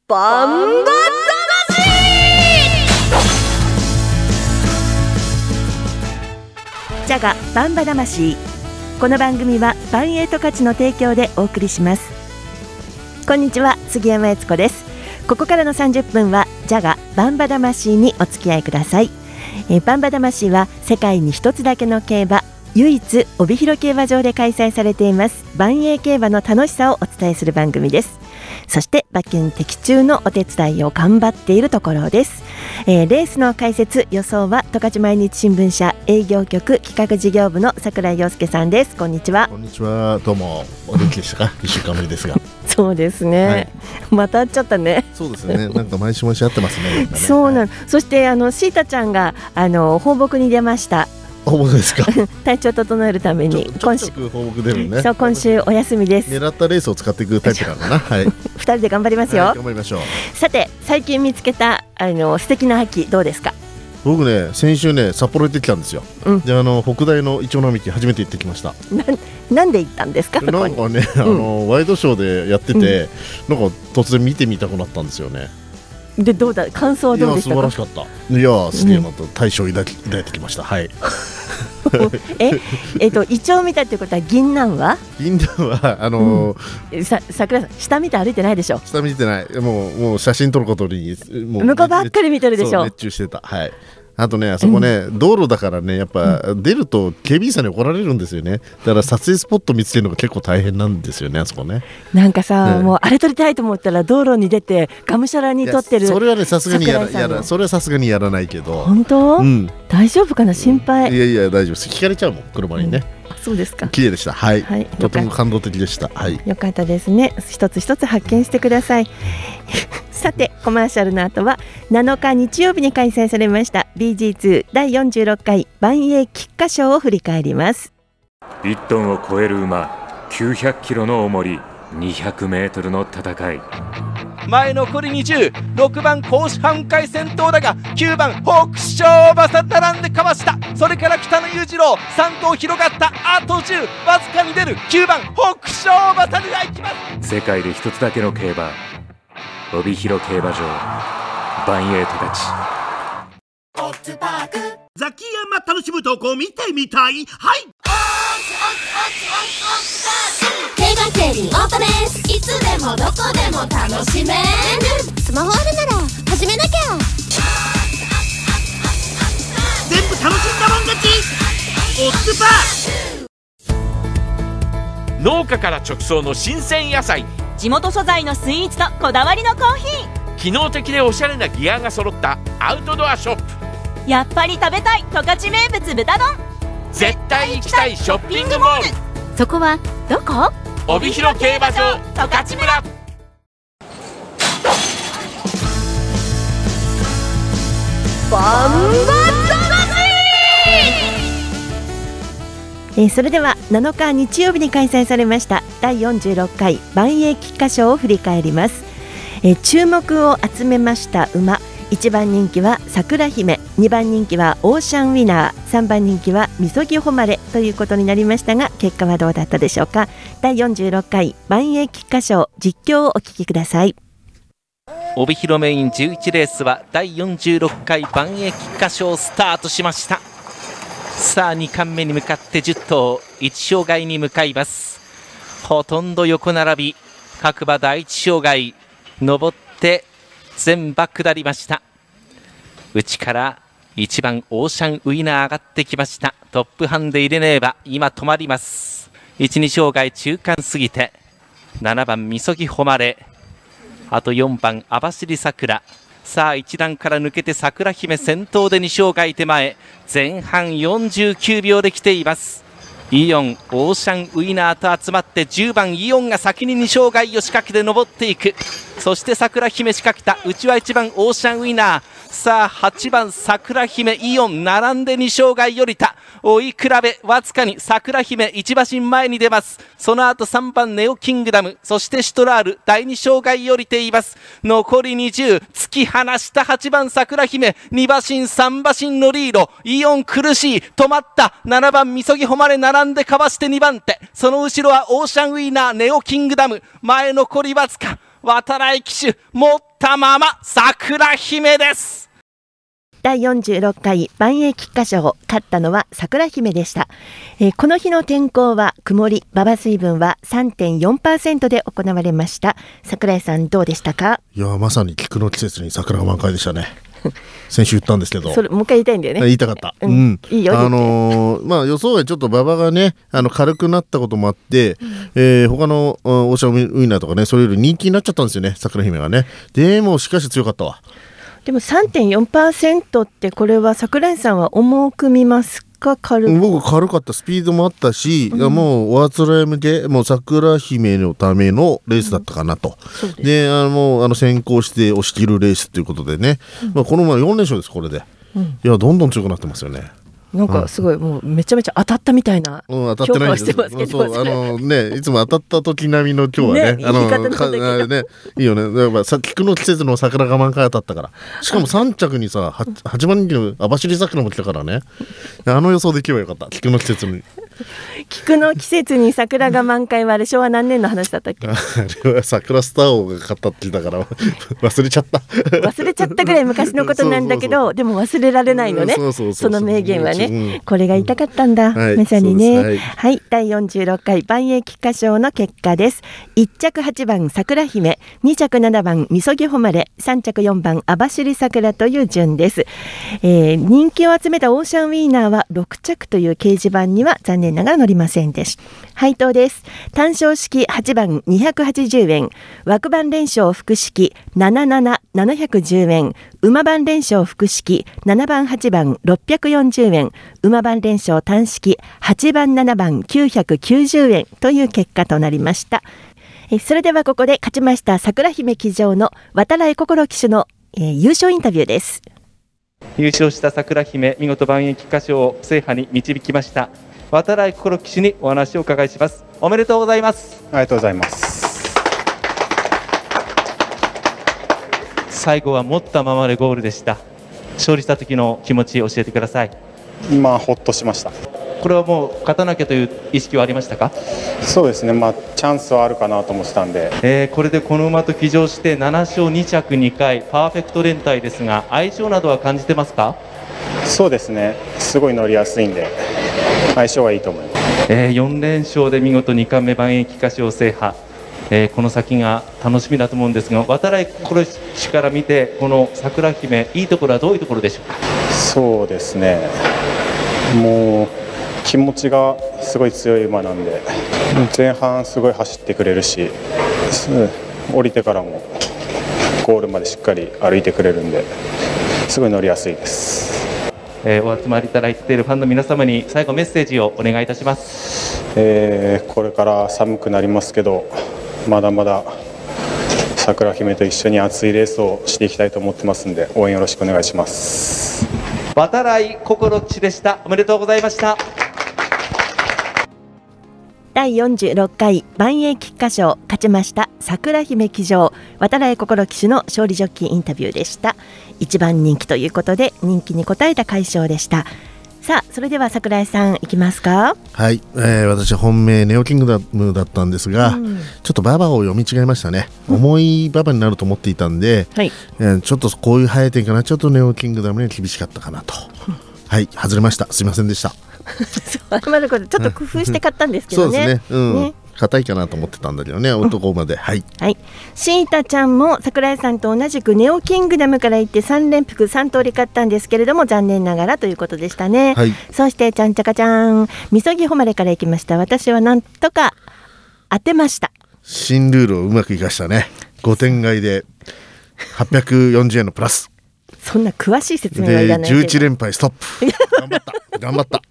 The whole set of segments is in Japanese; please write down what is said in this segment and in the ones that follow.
バンバ魂。ジャガバンバ魂。この番組はバンエイト価値の提供でお送りします。こんにちは、杉山悦子です。ここからの30分はジャガバンバ魂にお付き合いください。バンバ魂は世界に一つだけの競馬、唯一帯広競馬場で開催されています万栄競馬の楽しさをお伝えする番組です。そして馬券的中のお手伝いを頑張っているところです。レースの解説予想は十勝毎日新聞社営業局企画事業部の櫻井陽介さんです。こんにちは。 こんにちは、どうも。お元気でしたか1週間ぶりですがそうですね、はい、また会っちゃったね。 そうですね、なんか毎週毎週会ってますね。 そうなの、そしてシータちゃんが放牧に出ました。 放牧ですか体調整えるために今週放牧出るね。 そう、今週お休みです。 狙ったレースを使っていくタイプなのかなはい2 人で頑張りますよ、 はい、頑張りましょう。 さて、最近見つけた素敵な秋どうですか？ 僕ね、先週ね、札幌行ってきたんですよ、で北大のイチョウ並木初めて行ってきました。 なんで行ったんですか？ なんかね、ワイドショーでやってて、なんか突然見てみたくなったんですよね。 で、どうだ、感想はどうでしたか？ いや、素晴らしかった。いや、すげえなと大将を抱いてきましたはいイチョウ見たってことは銀杏は桜さん、下見て歩いてないでしょ？ 下見てない。もう写真撮ることに向こうばっかり見てるでしょ？ 熱中してた。はい。あとね、あそこね、道路だからね、やっぱ出ると警備員さんに怒られるんですよね。だから撮影スポット見つけるのが結構大変なんですよね、あそこね。 なんかさ、もうあれ撮りたいと思ったら道路に出てがむしゃらに撮ってる。 それはね、さすがにそれはさすがにやらないけど。 本当？大丈夫かな、心配。 いや大丈夫です。聞かれちゃうもん、車にね。 そうですか。 綺麗でした。はい。とても感動的でした。はい。 よかったですね。一つ一つ発見してください。さて、コマーシャルの後は7日日曜日に開催されました BG2 第46回万栄菊花賞を振り返ります。 1トンを超える馬、900キロの重り、200メートルの戦い。 前残り20、6番甲子半回先頭だが9番北勝馬さん並んでかわした。それから北野裕次郎3頭広がった。あと10、わずかに出る9番北勝馬さんが行きます。 世界で一つだけの競馬、帯広競馬場バンエイトたち。 ザキヤマ楽しむ投稿見てみたい。はい、 競馬競輪オートレース、いつでもどこでも楽しめる。スマホあるなら始めなきゃ。 全部楽しんだもん勝ち。オッズパー。 農家から直送の新鮮野菜、 地元素材のスイーツとこだわりのコーヒー、 機能的でおしゃれなギアが揃ったアウトドアショップ。 やっぱり食べたい十勝名物豚丼。 絶対行きたいショッピングモール。 そこはどこ？ 帯広競馬場十勝村。 バンバ魂。それでは7日日曜日に開催されました第46回万栄菊花賞を振り返ります。注目を集めました馬、1番人気は桜姫、2番人気はオーシャンウィナー、3番人気はみそぎ誉れということになりましたが、結果はどうだったでしょうか。第46回万栄菊花賞実況をお聞きください。 帯広メイン11レースは第46回万栄菊花賞スタートしました。さあ2冠目に向かって10頭1障害に向かいます。ほとんど横並び、各馬第1障害上って全馬下りました。内から1番オーシャンウィナー上がってきました。トップハンで入れねば今止まります。1、2障害中間過ぎて7番みそぎ誉れ、あと4番網走桜。さあ1段から抜けて桜姫先頭で2障害手前、前半49秒で来ています。イオンオーシャンウィナーと集まって10番イオンが先に2障害を仕掛けて登っていく。そして桜姫仕掛けた。内は1番オーシャンウィナー。さあ8番桜姫イオン並んで2障害降りた。追い比べわずかに桜姫1馬身前に出ます。その後3番ネオキングダム、そしてシュトラール第2障害降りています。残り20、突き放した8番桜姫、2馬身3馬身のリード。イオン苦しい、止まった7番みそぎ誉れ並んでかわして2番手、その後ろはオーシャンウィーナーネオキングダム、前残りわずか。渡来騎手ったまま桜姫です。 第46回万栄菊花賞、勝ったのは桜姫でした。この日の天候は曇り、馬場水分は 3.4% で行われました。桜井さんどうでしたか？ いやまさに菊の季節に桜が満開でしたね。先週言ったんですけど、 それもう一回言いたいんだよね。 言いたかった、 いいよ。 予想外ちょっと馬場がね軽くなったこともあって、他のオーシャンウインナーとかね、それより人気になっちゃったんですよね、桜姫がね。でもしかし強かったわ。 でも 3.4% ってこれは桜井さんは重く見ますか？ 僕軽かった。スピードもあったし、もうおあつらい向け、もう桜姫のためのレースだったかなと。でもう先行して押し切るレースということでね、この前4連勝です。これで、いやどんどん強くなってますよね。 なんかすごい、もうめちゃめちゃ当たったみたいな評価をしてますけど、 いつも当たった時並みの今日はね、いいよね。やっぱ菊の季節の桜が満開当たったから、しかも3着にさ8番人気の網走桜も来たからね、予想できればよかった。菊の季節に菊の季節に桜が満開はあれ昭和何年の話だったっけ？ あれは桜スター王が勝ったって言ったから忘れちゃったぐらい昔のことなんだけどでも忘れられないのね。その名言はね、これが言いたかったんだ、まさにね。はい、第46回万栄菊花賞の結果です。1着8番桜姫、2着7番みそぎ誉れ、3着4番網走桜という順です。人気を集めたオーシャンウィーナーは6着という掲示板には残念ながら乗りませんでした。配当です。単勝式8番280円、枠番連勝複式77710円、馬番連勝複式7番8番640円、馬番連勝単式8番7番990円という結果となりました。それではここで勝ちました桜姫騎乗の渡来心騎手の、優勝インタビューです。 優勝した桜姫、見事万栄菊花賞を制覇に導きました渡来心騎手にお話をお伺いします。おめでとうございます。 ありがとうございます。 最後は持ったままでゴールでした。勝利した時の気持ち教えてください。 ほっとしました。 これはもう勝たなきゃという意識はありましたか？ そうですね、チャンスはあるかなと思ってたんで、 これでこの馬と騎乗して7勝2着2回パーフェクト連帯ですが、相性などは感じてますか？ そうですね、すごい乗りやすいんで相性はいいと思います。 4連勝で見事2冠目万栄菊花賞制覇、この先が楽しみだと思うんですが、渡来心騎から見てこの桜姫、いいところはどういうところでしょうか？ そうですね、もう気持ちがすごい強い馬なんで、前半すごい走ってくれるし、降りてからもゴールまでしっかり歩いてくれるんで、すごい乗りやすいです。 お集まりいただいているファンの皆様に最後メッセージをお願いいたします。 これから寒くなりますけど、まだまだ桜姫と一緒に熱いレースをしていきたいと思ってますんで、応援よろしくお願いします。 渡来心騎手でした。おめでとうございました。 第46回万栄菊花賞、勝ちました桜姫騎乗渡来心騎手の勝利ジョッキーインタビューでした。一番人気ということで人気に応えた快勝でした。さあ、それでは桜井さんいきますか？ はい、私本命ネオキングダムだったんですが、ちょっと馬場を読み違いましたね。重い馬場になると思っていたんで、ちょっとこういう早い展開な、ちょっとネオキングダムには厳しかったかなと。はい、外れました。すいませんでした。 謝ることちょっと工夫して買ったんですけどね。 そうですね、硬いかなと思ってたんだけどね、男馬で。はい、 シータちゃんも桜井さんと同じくネオキングダムから行って3連複3通り買ったんですけれども、残念ながらということでしたね。そしてちゃんちゃかちゃん、みそぎ誉れから行きました。私はなんとか当てました。 新ルールをうまく生かしたね。5点買いで840円のプラス。 そんな詳しい説明はいらないけど、 11連敗ストップ。頑張った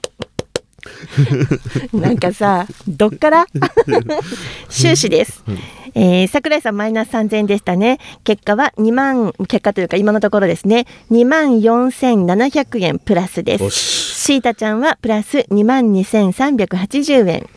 なんかさ、どっから終始です。桜井さんマイナス3000円でしたね。結果は結果というか今のところですね、24,700円プラスです。シータちゃんはプラス22,380円、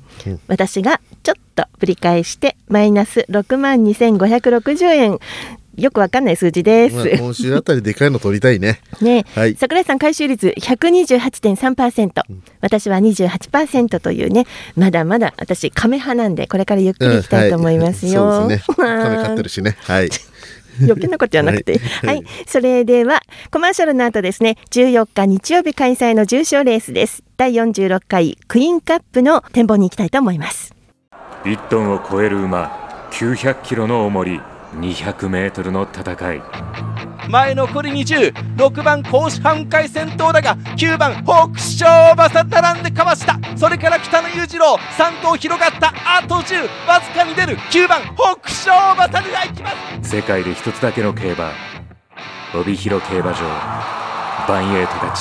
私がちょっと繰り返してマイナス62,560円よくわかんない数字です、 今週あたりでかいの取りたいね。 はい、櫻井さん回収率 128.3%、私は 28% というね、まだまだ私亀派なんでこれからゆっくりいきたいと思いますよ。 そうですね、亀飼ってるしね。はい余計なことじゃなくてはい、それではコマーシャルの後ですね、14日日曜日開催の重賞レースです。第46回クイーンカップの展望に行きたいと思います。 1トンを超える馬、900キロの重り、200メートルの戦い。 前残り20、6番甲子半回先頭だが9番北勝馬さ並んでかわした。それから北野裕次郎3頭広がった。あと10、わずかに出る9番北勝馬さが行きます。 世界で一つだけの競馬、帯広競馬場、バンエイトたち。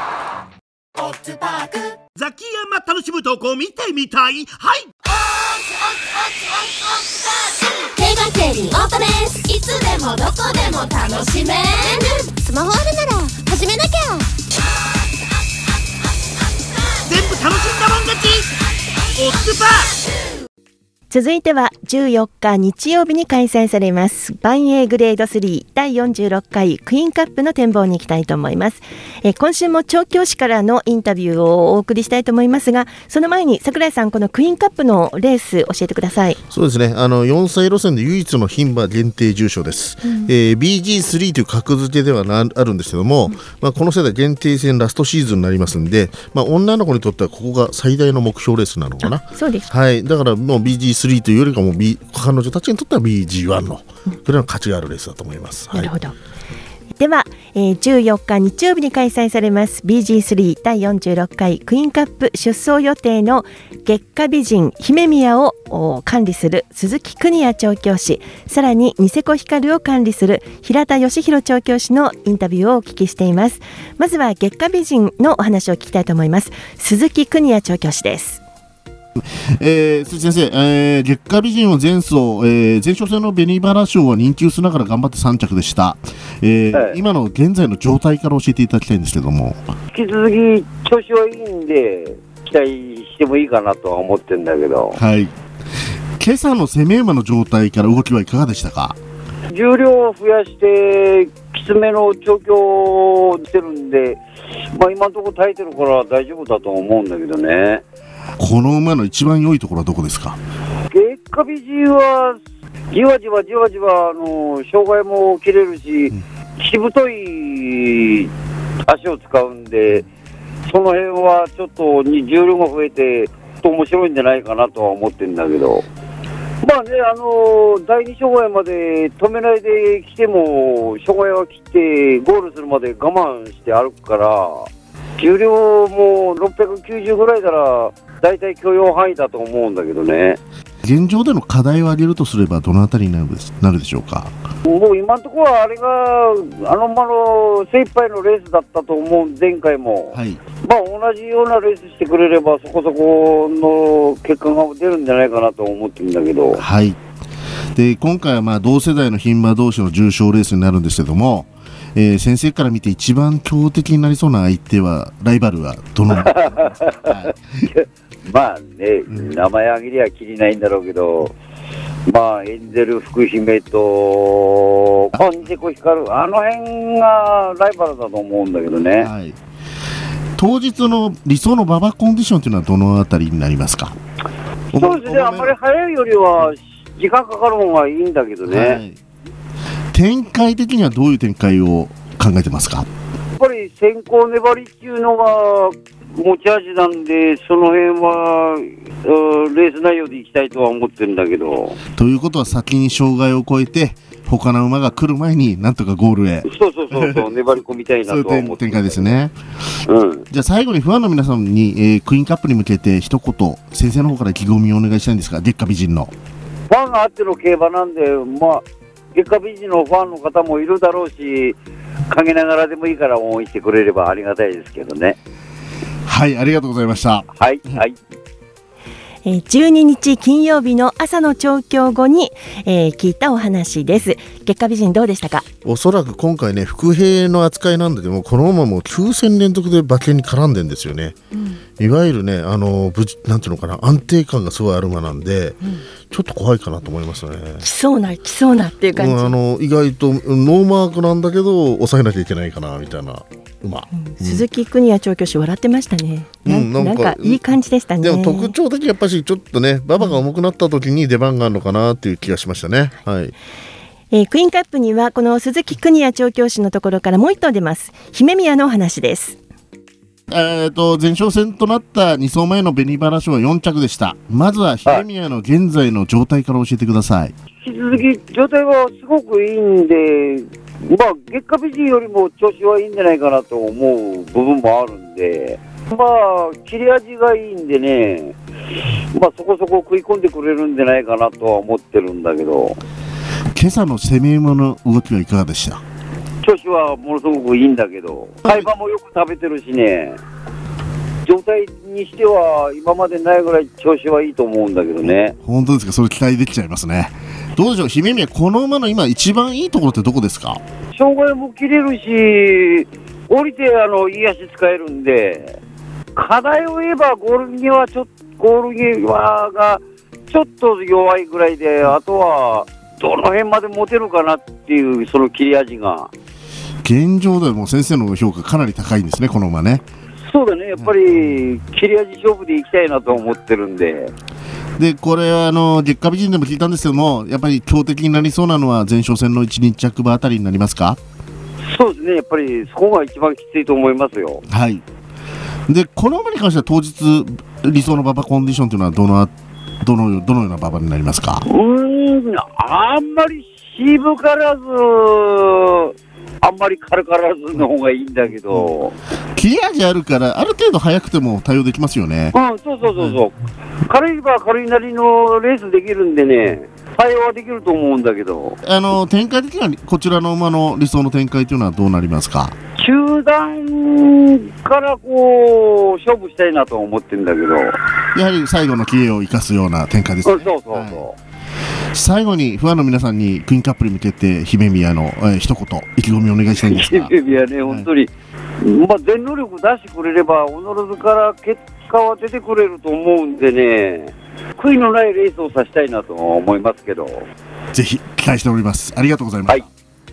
ザキヤマ楽しむとこ見てみたい。はい、 競馬競輪オートレース、いつでもどこでも楽しめる。スマホあるなら始めなきゃ。 全部楽しんだもん勝ち。オッズパー。 続いては14日日曜日に開催されます万栄グレード3第46回クイーンカップの展望に行きたいと思います。今週も調教師からのインタビューをお送りしたいと思いますが、その前に櫻井さん、このクイーンカップのレース教えてください。 そうですね、4歳路線で唯一の牝馬限定重賞です、BG3 という格付けではあるんですけども、この世代限定戦ラストシーズンになりますんで、女の子にとってはここが最大の目標レースなのかな。 そうです、 はい、だからもう BG3 というよりかも、彼女たちにとっては BG1 のそれは価値があるレースだと思います、 なるほど。では、14日日曜日に開催されます BG3 第46回クイーンカップ出走予定の月下美人姫宮を管理する鈴木邦也調教師、さらにニセコヒカルを管理する平田義弘調教師のインタビューをお聞きしています。まずは月下美人のお話を聞きたいと思います。鈴木邦也調教師です。 鈴木先生、月下美人は前走、前哨戦の紅バラ賞は人気薄ながら頑張って3着でした、今の現在の状態から教えていただきたいんですけども。 引き続き調子はいいんで期待してもいいかなとは思ってるんだけど、 はい、今朝の攻め馬の状態から動きはいかがでしたか。 重量を増やしてきつめの調教してるんで、今のところ耐えてるから大丈夫だと思うんだけどね。 この馬の一番良いところはどこですか。 月下美人はじわじわ障害も切れるし、しぶとい足を使うんで、その辺はちょっと重量が増えて面白いんじゃないかなとは思ってるんだけど、第2障害まで止めないで来ても障害は切ってゴールするまで我慢して歩くから、重量も690ぐらいなら大体許容範囲だと思うんだけどね。 現状での課題を挙げるとすればどのあたりになるでしょうか。 もう今のところはあれが馬の精一杯のレースだったと思う。前回も、はい、同じようなレースしてくれればそこそこの結果が出るんじゃないかなと思ってるんだけど、 はい、で今回は同世代の牝馬同士の重賞レースになるんですけども、先生から見て一番強敵になりそうな相手は、ライバルはどのはい名前挙げりゃきりないんだろうけど、エンゼル福姫とニセコヒカル、あの辺がライバルだと思うんだけどね、はい、 当日の理想の馬場コンディションというのはどのあたりになりますか。 そうですね、あんまり早いよりは時間かかる方がいいんだけどね、はい、 展開的にはどういう展開を考えてますか。 やっぱり先行粘りっていうのが持ち味なんで、その辺はレース内容でいきたいとは思ってるんだけど。 ということは先に障害を越えて他の馬が来る前になんとかゴールへそう粘り込みたいなとは思ってる。 そういう展開ですね、 うん、 じゃあ最後にファンの皆さんに、クイーンカップに向けて一言先生の方から意気込みをお願いしたいんですが。月下美人のファンがあっての競馬なんで、月下美人のファンの方もいるだろうし、陰ながらでもいいから応援してくれればありがたいですけどね。 はい、ありがとうございました。 はい、 12日金曜日の朝の調教後に、聞いたお話です。月下美人どうでしたか。 おそらく今回ね、伏兵の扱いなんだけども、この馬も9戦連続で馬券に絡んでんですよね、 いわゆるねなんていうのかな、安定感がすごいある馬なんで、ちょっと怖いかなと思いますね。 来そうなっていう感じ、 意外とノーマークなんだけど抑えなきゃいけないかなみたいな馬、 鈴木邦也調教師笑ってましたね。なんかいい感じでしたね。 でも特徴的にやっぱりちょっとね馬場が重くなった時に出番があるのかなっていう気がしましたね。はい。 クイーンカップにはこの鈴木邦也調教師のところからもう一頭出ます。姫宮のお話です。 前哨戦となった2走前の紅花賞は4着でした。まずは姫宮の現在の状態から教えてください。 引き続き状態はすごくいいんで、月下美人よりも調子はいいんじゃないかなと思う部分もあるんで、切れ味がいいんでね、そこそこ食い込んでくれるんじゃないかなとは思ってるんだけど。 今朝の攻め馬の動きはいかがでした？ 調子はものすごくいいんだけど、海馬もよく食べてるしね、状態にしては今までないぐらい調子はいいと思うんだけどね。 本当ですか？それ期待できちゃいますね。どうでしょう、姫宮、この馬の今一番いいところってどこですか？ 障害も切れるし、降りていい足使えるんで、課題を言えばゴール際がちょっと弱いぐらいで、あとはどの辺まで持てるかなっていうその切れ味が。 現状ではもう先生の評価かなり高いんですね、この馬ね。 そうだね、やっぱり切れ味勝負でいきたいなと思ってるんで。 でこれは月下美人でも聞いたんですけども、やっぱり強敵になりそうなのは前哨戦の1、2着馬あたりになりますか？ そうですね、やっぱりそこが一番きついと思いますよ。 はい。でこの馬に関しては当日理想の馬場コンディションというのはどのような馬場になりますか？ あんまり渋からずあんまり軽からずの方がいいんだけど、 切れ味あるからある程度速くても対応できますよね。 そう軽いは軽いなりのレースできるんでね、対応はできると思うんだけど、 展開的にはこちらの馬の理想の展開というのはどうなりますか？ 中段から勝負したいなと思ってるんだけど、 やはり最後の切れを生かすような展開ですね。 そう、 最後にファンの皆さんにクイーンカップに向けて姫宮の、一言意気込みをお願いしたいんですが。 姫宮ね、本当に、全能力出してくれればおのずから結果は出てくれると思うんでね、悔いのないレースをさせたいなと思いますけど、 ぜひ期待しております。ありがとうございました。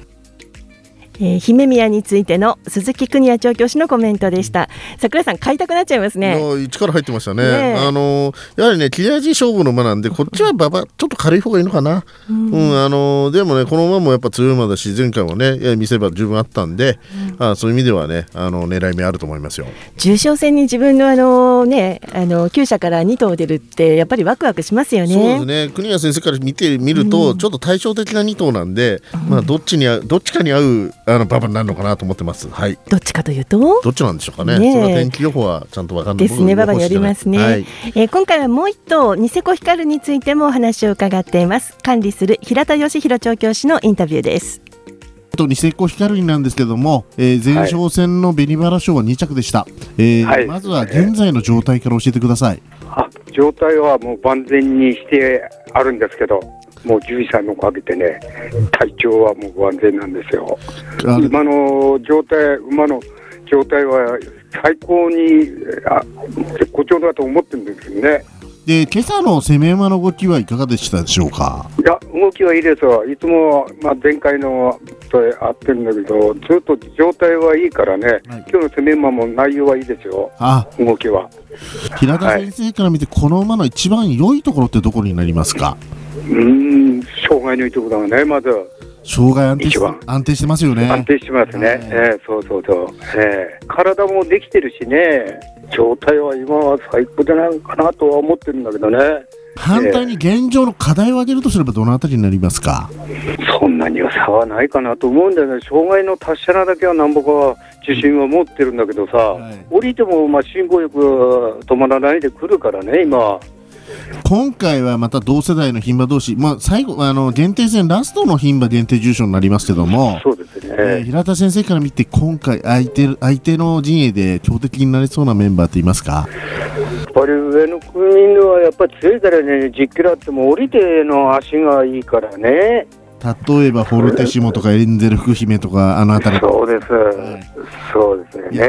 姫宮についての鈴木邦也調教師のコメントでした。桜さん、買いたくなっちゃいますね。 力入ってましたね。やはりね、切れ味勝負の馬なんで、こっちは馬場ちょっと軽い方がいいのかな。でもね、この馬もやっぱ強い馬だし、前回もね見せ場十分あったんで、そういう意味ではね狙い目あると思いますよ。 重賞戦に自分の厩舎から2頭出るってやっぱりワクワクしますよね。 そうですね。国谷先生から見てみると、ちょっと対照的な2頭なんで、どっちかに合う馬場になるのかなと思ってます。はい。 どっちかというとどっちなんでしょうかね。その天気予報はちゃんと分かんないですね。馬場によりますね。はい。今回はもう一頭ニセコヒカルについてもお話を伺っています。管理する平田義弘調教師のインタビューです。 ニセコヒカルになんですけども、前哨戦の紅花賞は2着でした。まずは現在の状態から教えてください。 状態はもう万全にしてあるんですけど、もう獣医さんのおかげでね、体調はもう万全なんですよ。馬の状態は最高に絶好調だと思ってるんですけどね。 で今朝の攻め馬の動きはいかがでしたでしょうか？ いや、動きはいいですよ。いつも、前回のと合ってるんだけど、ずっと状態はいいからね、今日の攻め馬も内容はいいですよ。動きは。 平田先生から見て、この馬の一番良いところってどこになりますか？ 障害のいいところだね。まず障害安定してますよね。 安定してますね。そう体もできてるしね、状態は今は最高じゃないかなとは思ってるんだけどね。 反対に現状の課題を挙げるとすればどのあたりになりますか？ そんなには差はないかなと思うんだよね。障害の達者なだけはなんぼか自信は持ってるんだけどさ、降りても進行よく止まらないで来るからね、今。 今回はまた同世代の牝馬同士、最後限定戦ラストの牝馬限定重賞になりますけども、 そうですね。 平田先生から見て今回相手の陣営で強敵になりそうなメンバーっていますか？ やっぱり上の国のはやっぱり強いからね、10キロあっても降りての足がいいからね。 例えばフォルテシモとかエンゼル福姫とかあのあたり。 そうですね。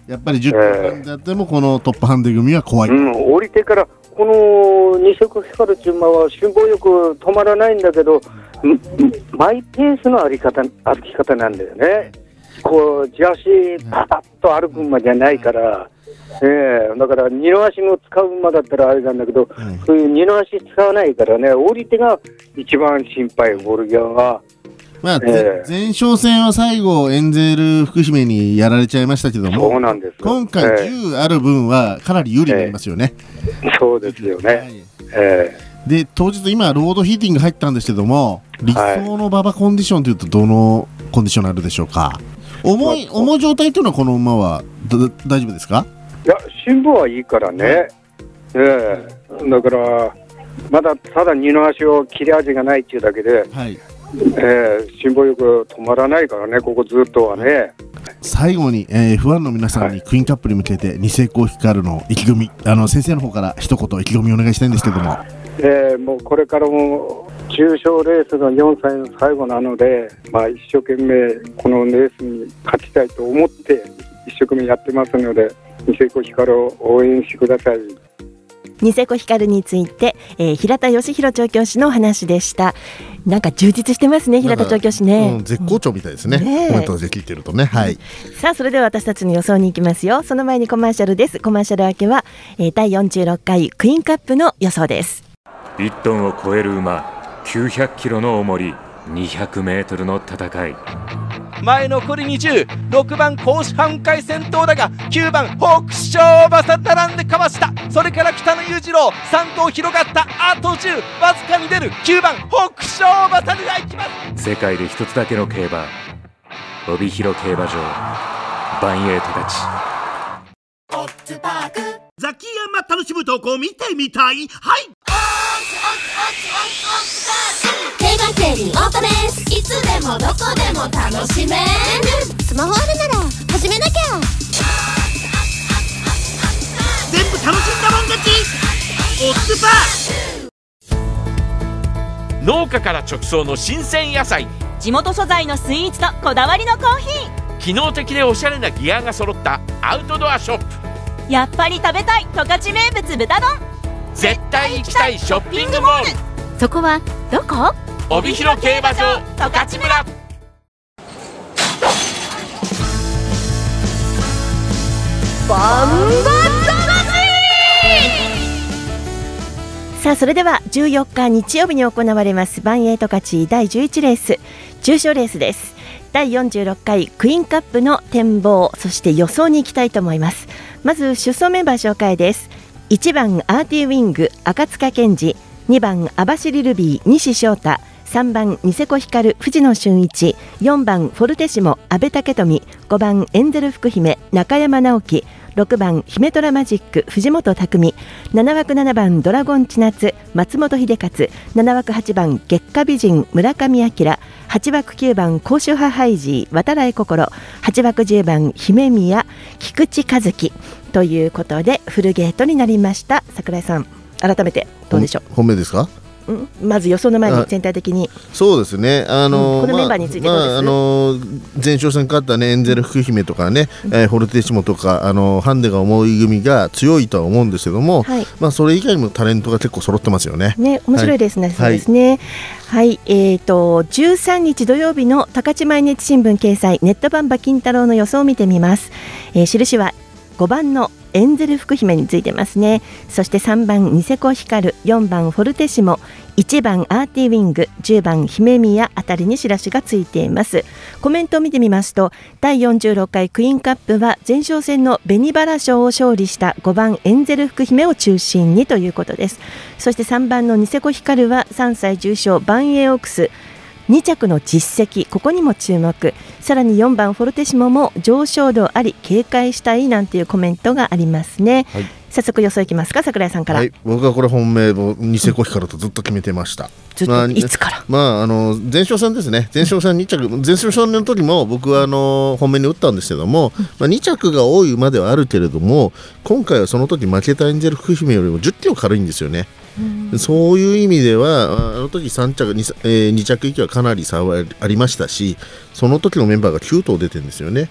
やっぱり10分間であってもこのトップハンデ組は怖い、 降りてからこのニセコ光るチューマは辛抱よく止まらないんだけど、マイペースの歩き方なんだよね。こう地足パタッと歩く馬じゃないから、だから二の足も使う馬だったらあれなんだけど、そういう二の足使わないからね、降り手が一番心配、ボルギャンは。 まあ前哨戦は最後エンゼル福姫にやられちゃいましたけども、 そうなんです。 今回10ある分はかなり有利になりますよね。 そうですよね。 で当日今ロードヒーティング入ったんですけども、理想の馬場コンディションというとどのコンディションになるでしょうか。重い状態というのはこの馬は大丈夫ですか。 いや辛抱はいいからね、だからまだただ二の足を切れ味がないっていうだけで、辛抱よく止まらないからね、ここずっとはね。 最後に、ファンの皆さんにクイーンカップに向けてニセコ光の意気込み、先生の方から一言意気込みお願いしたいんですけども。 もうこれからも重賞レースの4歳の最後なので、一生懸命このレースに勝ちたいと思って一生懸命やってますので、ニセコ光を応援してください。 ニセコ光について、平田義弘調教師の話でした。なんか充実してますね、平田調教師ね、 絶好調みたいですね、コメントで聞いてるとね、 さあそれでは私たちの予想に行きますよ。その前にコマーシャルです。コマーシャル明けは、第46回クイーンカップの予想です。 1トンを超える馬、900キロの重り、200メートルの戦い。 前残り20、6番甲子半回先頭だが9番北勝馬さ並んでかわした。それから北野裕次郎3頭広がった。あと10、わずかに出る9番北勝馬さがいきます。 世界で一つだけの競馬、帯広競馬場、バンエイトたち。 ザキヤマ楽しむ投稿見てみたい。はい、 競馬競輪オートレース、いつでもどこでも楽しめる。スマホあるなら始めなきゃ。 全部楽しんだもん勝ち。オッズパー。農家から直送の新鮮野菜、 地元素材のスイーツとこだわりのコーヒー、 機能的でおしゃれなギアが揃ったアウトドアショップ。 やっぱり食べたい十勝名物豚丼。 絶対行きたいショッピングモール。 そこはどこ？ 帯広競馬場十勝村。 バンバさあそれでは14日日曜日に行われますバンエイト勝ち第11レース、重賞レースです。第46回クイーンカップの展望、そして予想に行きたいと思います。まず出走メンバー紹介です。1番アーティウィング赤塚健二、2番網走ルビー西翔太、3番ニセコ光藤野俊一、4番フォルテシモ阿部武富、5番エンゼル福姫中山直樹、6番姫虎マジック藤本匠、7枠7番ドラゴン千夏松本秀勝、7枠8番月下美人村上明、8枠9番甲州派ハイジー渡来心、8枠10番姫宮菊池和樹ということでフルゲートになりました。櫻井さん、改めてどうでしょう。 本命ですか。 まず予想の前に全体的にそうですね、 このメンバーについてどうです？ 前哨戦勝ったねエンゼル福姫とかね、フォルテシモとかハンデが重い組が強いとは思うんですけども、それ以外にもタレントが結構揃ってますよね。 面白いですね。そうですね。13日土曜日の高知毎日新聞掲載ネットバンバ金太郎の予想を見てみます。印は5番のエンゼル福姫についてますね。そして3番ニセコ光、4番フォルテシモ、1番アーティウィング、10番姫宮あたりに印がついています。コメントを見てみますと、第46回クイーンカップは前哨戦の紅バラ賞を勝利した5番エンゼル福姫を中心にということです。そして3番のニセコ光は3歳重賞バンエイオークス2着の実績、ここにも注目。さらに4番フォルテシモも上昇度あり警戒したいなんていうコメントがありますね。早速予想いきますか、櫻井さんから。 僕はこれ本命をニセコ光とずっと決めてました。 ずっといつから？ 前哨戦ですね。前哨戦2着、前哨戦の時も僕は本命に打ったんですけども、2着が多い馬ではあるけれども、今回はその時負けたエンジェル福姫よりも10キロ軽いんですよね。そういう意味ではあの時3着 2着以下はかなり差はありましたし、その時のメンバーが9頭出てるんですよね。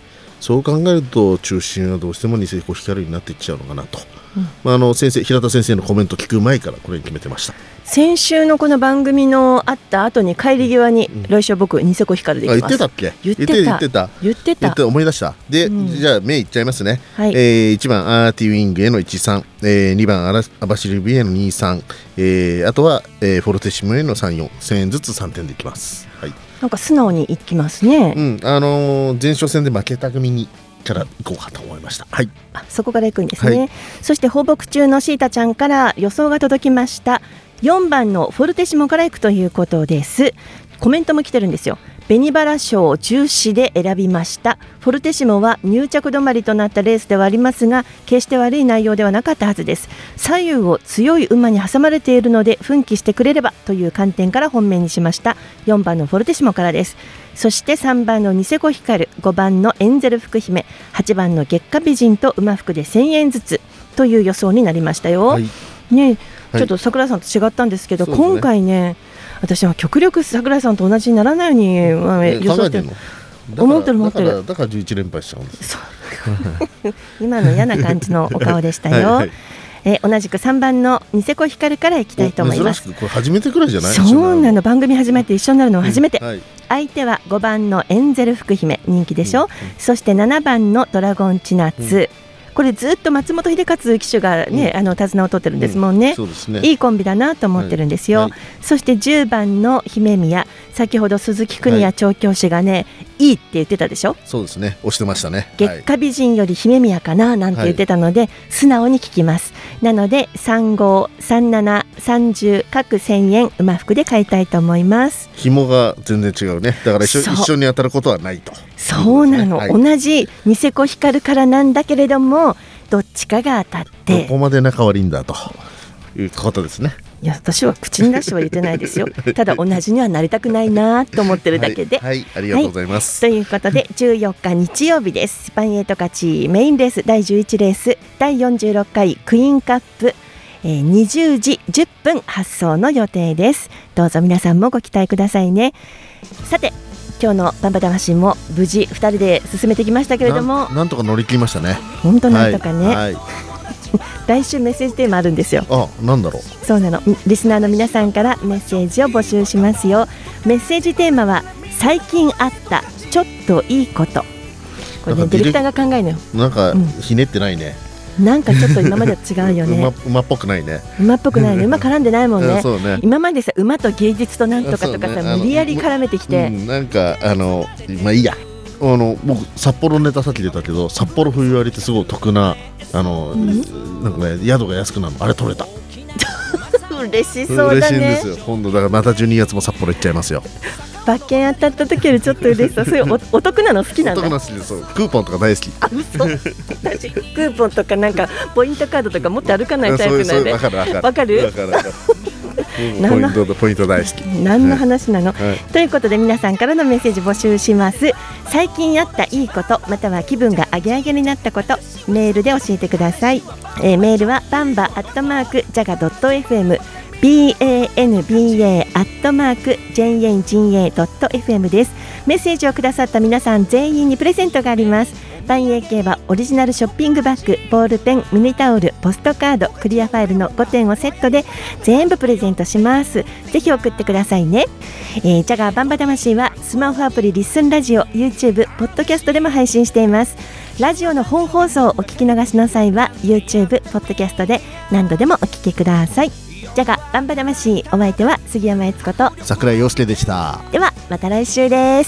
そう考えると中心はどうしてもニセコ光になっていっちゃうのかなと、先生、平田先生のコメント聞く前からこれに決めてました。 先週のこの番組のあった後に帰り際に、来週僕ニセコ光で行きます。 言ってたっけ？言ってた思い出した。で、じゃあ目いっちゃいますね。1番アーティウィングへの 1,3、2番アバシルビへの 2,3、あとは、フォルテシムへの 3,4、1000円ずつ3点でいきます。はい、 なんか素直にいきますね。 前哨戦で負けた組にから行こうかと思いました。はい、 そこから行くんですね。そして放牧中のシータちゃんから予想が届きました。4番のフォルテシモから行くということです。コメントも来てるんですよ。紅バラ賞重視で選びました。フォルテシモは入着止まりとなったレースではありますが、決して悪い内容ではなかったはずです。左右を強い馬に挟まれているので奮起してくれればという観点から本命にしました。4番のフォルテシモからです。そして3番のニセコヒカル、5番のエンゼル福姫、8番の月下美人と馬服で1000円ずつという予想になりましたよ。ね、ちょっと桜井さんと違ったんですけど、今回ね、私は極力桜井さんと同じにならないように予想してる。思ってる。 だから11連敗しちゃうんです。 今の嫌な感じのお顔でしたよ。同じく3番のニセコヒカルからいきたいと思います。 これ初めてくらいじゃない？ そうなの、番組始めて一緒になるのは初めて。相手は5番のエンゼル福姫、人気でしょ。そして7番のドラゴンチナッツ、これずっと松本秀勝騎手がね、手綱を取ってるんですもんね。いいコンビだなと思ってるんですよ。そして10番の姫宮、先ほど鈴木邦也調教師がね、いいって言ってたでしょ。 そうですね、押してましたね。 月下美人より姫宮かななんて言ってたので、素直に聞きます。なので35、37、30各1000円馬服で買いたいと思います。 紐が全然違うね。だから一緒に当たることはないと。 そうなの、同じニセコヒカルからなんだけれども、どっちかが当たってどこまで仲悪いんだということですね。 いや、私は口に出しては言ってないですよ。ただ同じにはなりたくないなと思ってるだけで。 はい、ありがとうございます。 ということで14日日曜日です。バンエイト勝ちメインレース第11レース第46回クイーンカップ、20時10分発送の予定です。どうぞ皆さんもご期待くださいね。さて、今日のバンバ魂も無事2人で進めてきましたけれども、 なんとか乗り切りましたね。 本当なんとかね。来週メッセージテーマあるんですよ。 なんだろう。 そうなの、リスナーの皆さんからメッセージを募集しますよ。メッセージテーマは最近あったちょっといいこと。これね、ディレクターが考えるのよ。 なんかひねってないね。 なんかちょっと今までと違うよね。 馬っぽくないね。 馬っぽくないね。馬絡んでないもんね。 そうね。 今までさ、馬と芸術となんとかとかさ、無理やり絡めてきて、 なんかまあいいや。僕札幌ネタさっき出たけど、札幌冬割りってすごい得ななんかね、宿が安くなるの、あれ取れた。 嬉しそうだね。嬉しいんですよ。今度だからまた12月も札幌行っちゃいますよ。 馬券当たった時よりちょっと嬉しそう。そういうお得なの好きなんだ。 お得な好きです。クーポンとか大好き。 嘘。私クーポンとかなんかポイントカードとか持って歩かないタイプなんで。わかる。 ポイント大好き。 何の話なの、ということで皆さんからのメッセージ募集します。最近あったいいこと、または気分がアゲアゲになったこと、メールで教えてください。メールはbamba@jaga.fm banba@jnga.fm です。メッセージをくださった皆さん全員にプレゼントがあります。バン AK はオリジナルショッピングバッグ、ボールペン、ミニタオル、ポストカード、クリアファイルの5点をセットで全部プレゼントします。ぜひ送ってくださいね。ジャガーバンバ魂はスマホアプリリッスンラジオ、 YouTube、ポッドキャストでも配信しています。ラジオの本放送をお聞き逃しの際は YouTube、ポッドキャストで何度でもお聞きください。ジャガバンバ魂、お相手は杉山悦子と桜井陽介でした。 ではまた来週です。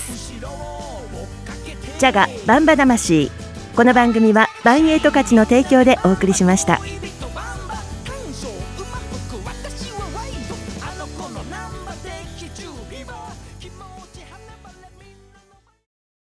ジャガバンバ魂、この番組はバンエイト勝ちの提供でお送りしました。